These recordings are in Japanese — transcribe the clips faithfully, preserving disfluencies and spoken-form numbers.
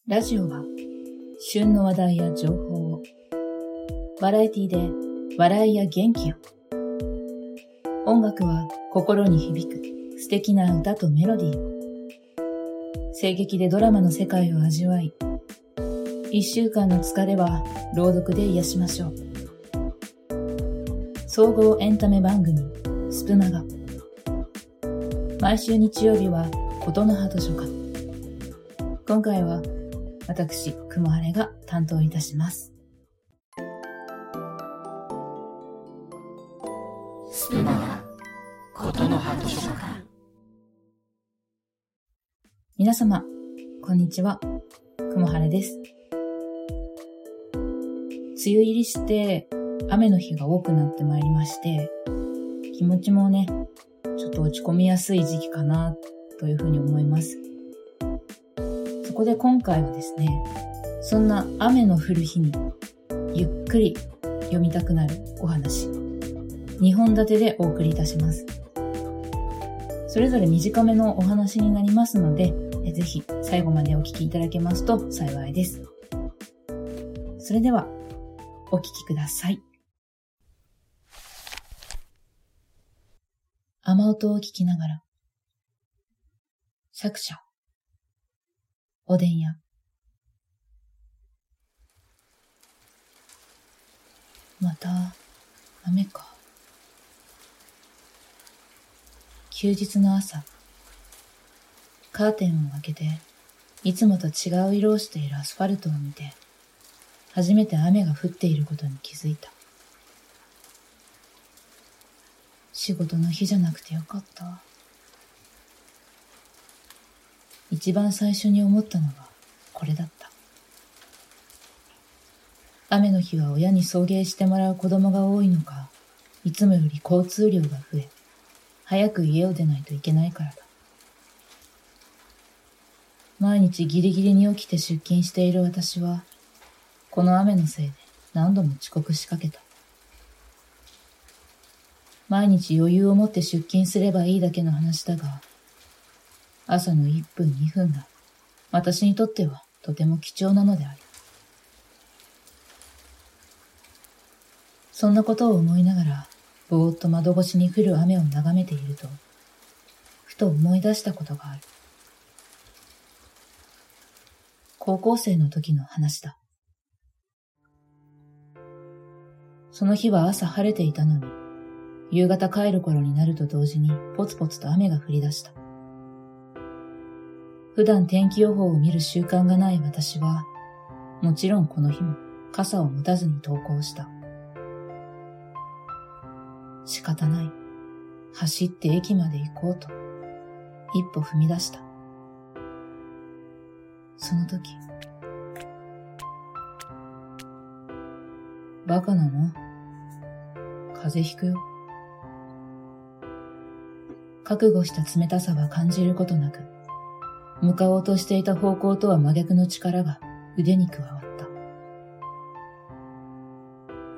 ラジオは旬の話題や情報を、バラエティで笑いや元気を、音楽は心に響く素敵な歌とメロディーを、声劇でドラマの世界を味わい、一週間の疲れは朗読で癒しましょう。総合エンタメ番組スプマガ、毎週日曜日は琴の葉図書館。今回は私、雲晴れが担当いたします。 スプマガ、琴の葉図書館。 皆様、こんにちは。雲晴れです。梅雨入りして雨の日が多くなってまいりまして、気持ちもね、ちょっと落ち込みやすい時期かなというふうに思います。そこで今回はですね、そんな雨の降る日にゆっくり読みたくなるお話、にほん立てでお送りいたします。それぞれ短めのお話になりますので、ぜひ最後までお聞きいただけますと幸いです。それではお聞きください。雨音を聞きながら、作者おでん屋。また雨か。休日の朝、カーテンを開けていつもと違う色をしているアスファルトを見て、初めて雨が降っていることに気づいた。仕事の日じゃなくてよかった。一番最初に思ったのはこれだった。雨の日は親に送迎してもらう子供が多いのか、いつもより交通量が増え、早く家を出ないといけないからだ。毎日ギリギリに起きて出勤している私は、この雨のせいで何度も遅刻しかけた。毎日余裕を持って出勤すればいいだけの話だが、朝のいっぷんにふんが私にとってはとても貴重なのである。そんなことを思いながら、ぼーっと窓越しに降る雨を眺めていると、ふと思い出したことがある。高校生の時の話だ。その日は朝晴れていたのに、夕方帰る頃になると同時にポツポツと雨が降り出した。普段天気予報を見る習慣がない私は、もちろんこの日も傘を持たずに登校した。仕方ない。走って駅まで行こうと、一歩踏み出した。その時、バカなの？風邪ひくよ。覚悟した冷たさは感じることなく、向かおうとしていた方向とは真逆の力が腕に加わった。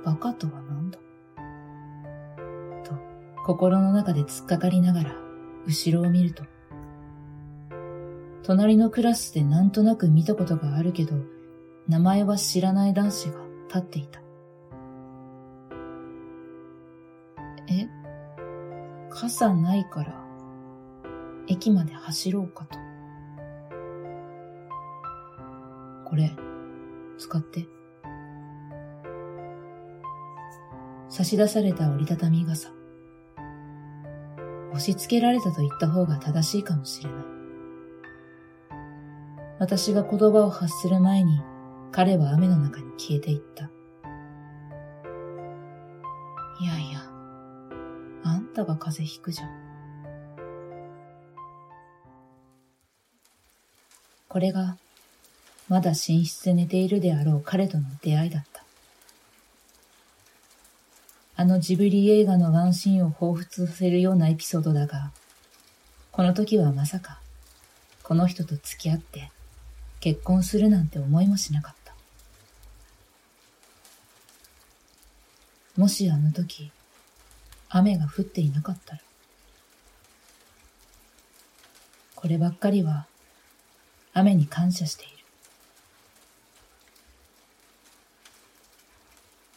バカとは何だと心の中で突っかかりながら後ろを見ると、隣のクラスでなんとなく見たことがあるけど名前は知らない男子が立っていた。え、傘ないから駅まで走ろうかと。これ、使って。差し出された折りたたみ傘。押し付けられたと言った方が正しいかもしれない。私が言葉を発する前に、彼は雨の中に消えていった。いやいや、あんたが風邪ひくじゃん。これが、まだ寝室で寝ているであろう彼との出会いだった。あのジブリ映画のワンシーンを彷彿させるようなエピソードだが、この時はまさか、この人と付き合って結婚するなんて思いもしなかった。もしあの時、雨が降っていなかったら、こればっかりは雨に感謝している。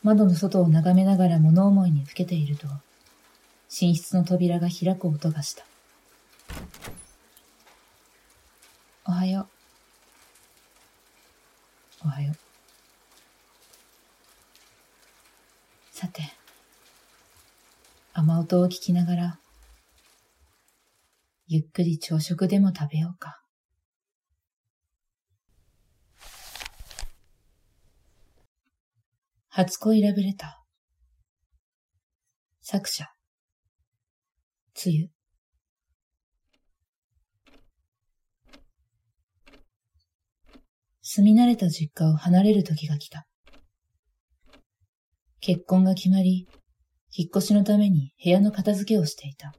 窓の外を眺めながら物思いにふけていると、寝室の扉が開く音がした。おはよう。おはよう。さて、雨音を聞きながら、ゆっくり朝食でも食べようか。初恋ラブレター。作者、つゆ。住み慣れた実家を離れる時が来た。結婚が決まり、引っ越しのために部屋の片付けをしていた。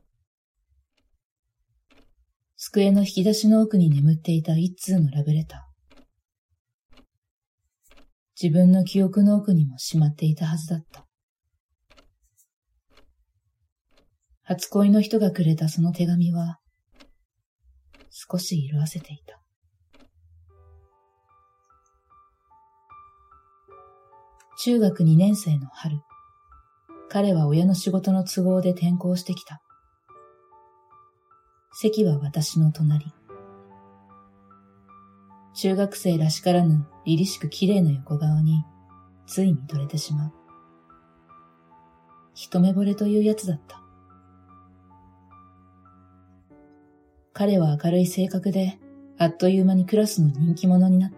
机の引き出しの奥に眠っていた一通のラブレター。自分の記憶の奥にもしまっていたはずだった。初恋の人がくれたその手紙は、少し色あせていた。中学にねん生の春、彼は親の仕事の都合で転校してきた。席は私の隣。中学生らしからぬ凛々しく綺麗な横顔に、つい見とれてしまう。一目惚れというやつだった。彼は明るい性格で、あっという間にクラスの人気者になった。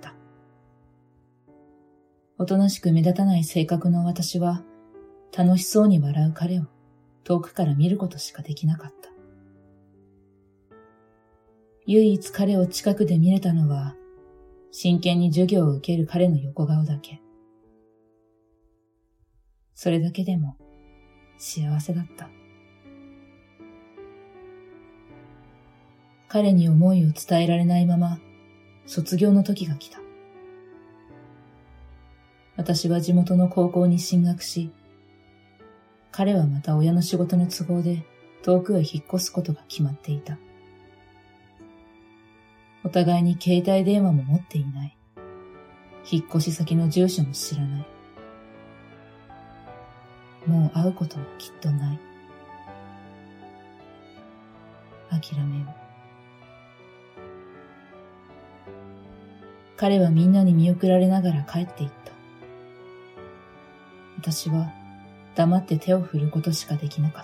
おとなしく目立たない性格の私は、楽しそうに笑う彼を遠くから見ることしかできなかった。唯一彼を近くで見れたのは、真剣に授業を受ける彼の横顔だけ。それだけでも幸せだった。彼に思いを伝えられないまま、卒業の時が来た。私は地元の高校に進学し、彼はまた親の仕事の都合で遠くへ引っ越すことが決まっていた。お互いに携帯電話も持っていない。引っ越し先の住所も知らない。もう会うことはきっとない。諦めよう。彼はみんなに見送られながら帰っていった。私は黙って手を振ることしかできなかった。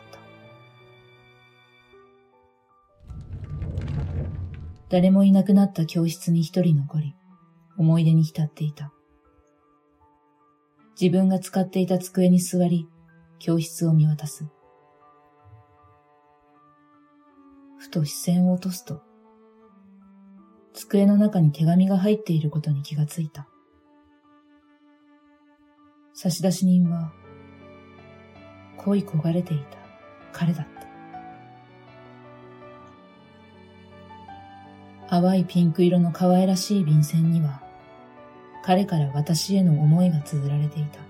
誰もいなくなった教室に一人残り、思い出に浸っていた。自分が使っていた机に座り、教室を見渡す。ふと視線を落とすと、机の中に手紙が入っていることに気がついた。差出人は、恋焦がれていた彼だった。淡いピンク色の可愛らしい便箋には、彼から私への思いが綴られていた。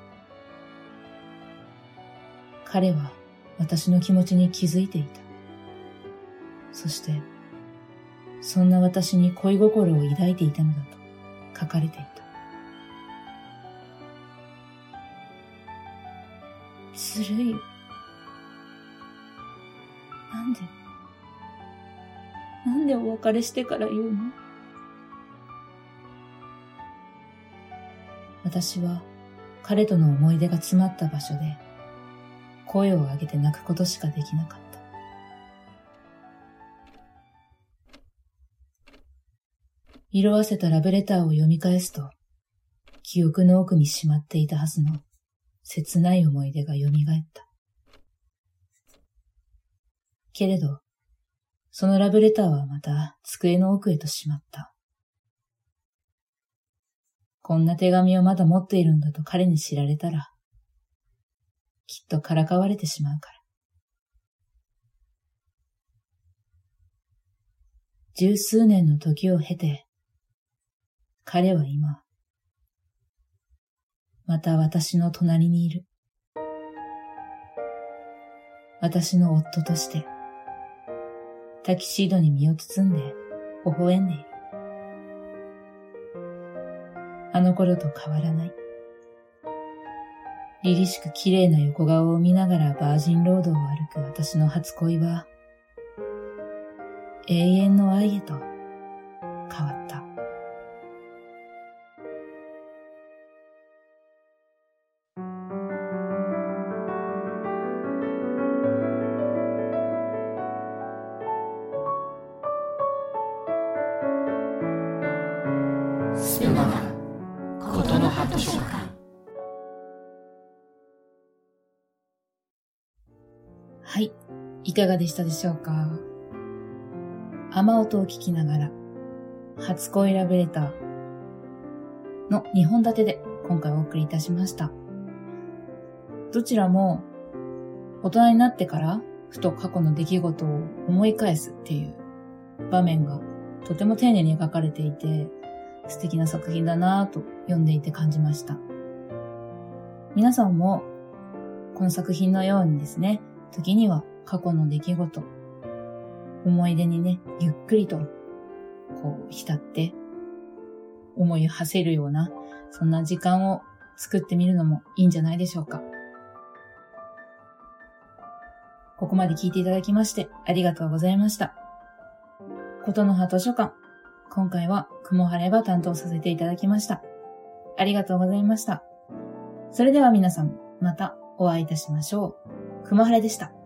彼は私の気持ちに気づいていた。そして、そんな私に恋心を抱いていたのだと書かれていた。ずるい。なんで、なんでお別れしてから言うの？私は彼との思い出が詰まった場所で声を上げて泣くことしかできなかった。色あせたラブレターを読み返すと、記憶の奥にしまっていたはずの切ない思い出が蘇った。けれど、そのラブレターはまた机の奥へとしまった。こんな手紙をまだ持っているんだと彼に知られたら、きっとからかわれてしまうから。十数年の時を経て、彼は今、また私の隣にいる。私の夫として、タキシードに身を包んで、微笑んでいる。あの頃と変わらない。 凛々しく綺麗な横顔を見ながらバージンロードを歩く私の初恋は、永遠の愛へと変わった。 スピナーことの葉図書館。 はい、いかがでしたでしょうか。雨音を聞きながら、初恋ラブレターのにほん立てで今回お送りいたしました。どちらも大人になってからふと過去の出来事を思い返すっていう場面がとても丁寧に描かれていて、素敵な作品だなぁと読んでいて感じました。皆さんもこの作品のようにですね、時には過去の出来事、思い出にね、ゆっくりとこう浸って思い馳せるような、そんな時間を作ってみるのもいいんじゃないでしょうか。ここまで聞いていただきましてありがとうございました。ことの葉図書館、今回は雲晴れが担当させていただきました。ありがとうございました。それでは皆さん、またお会いいたしましょう。雲晴れでした。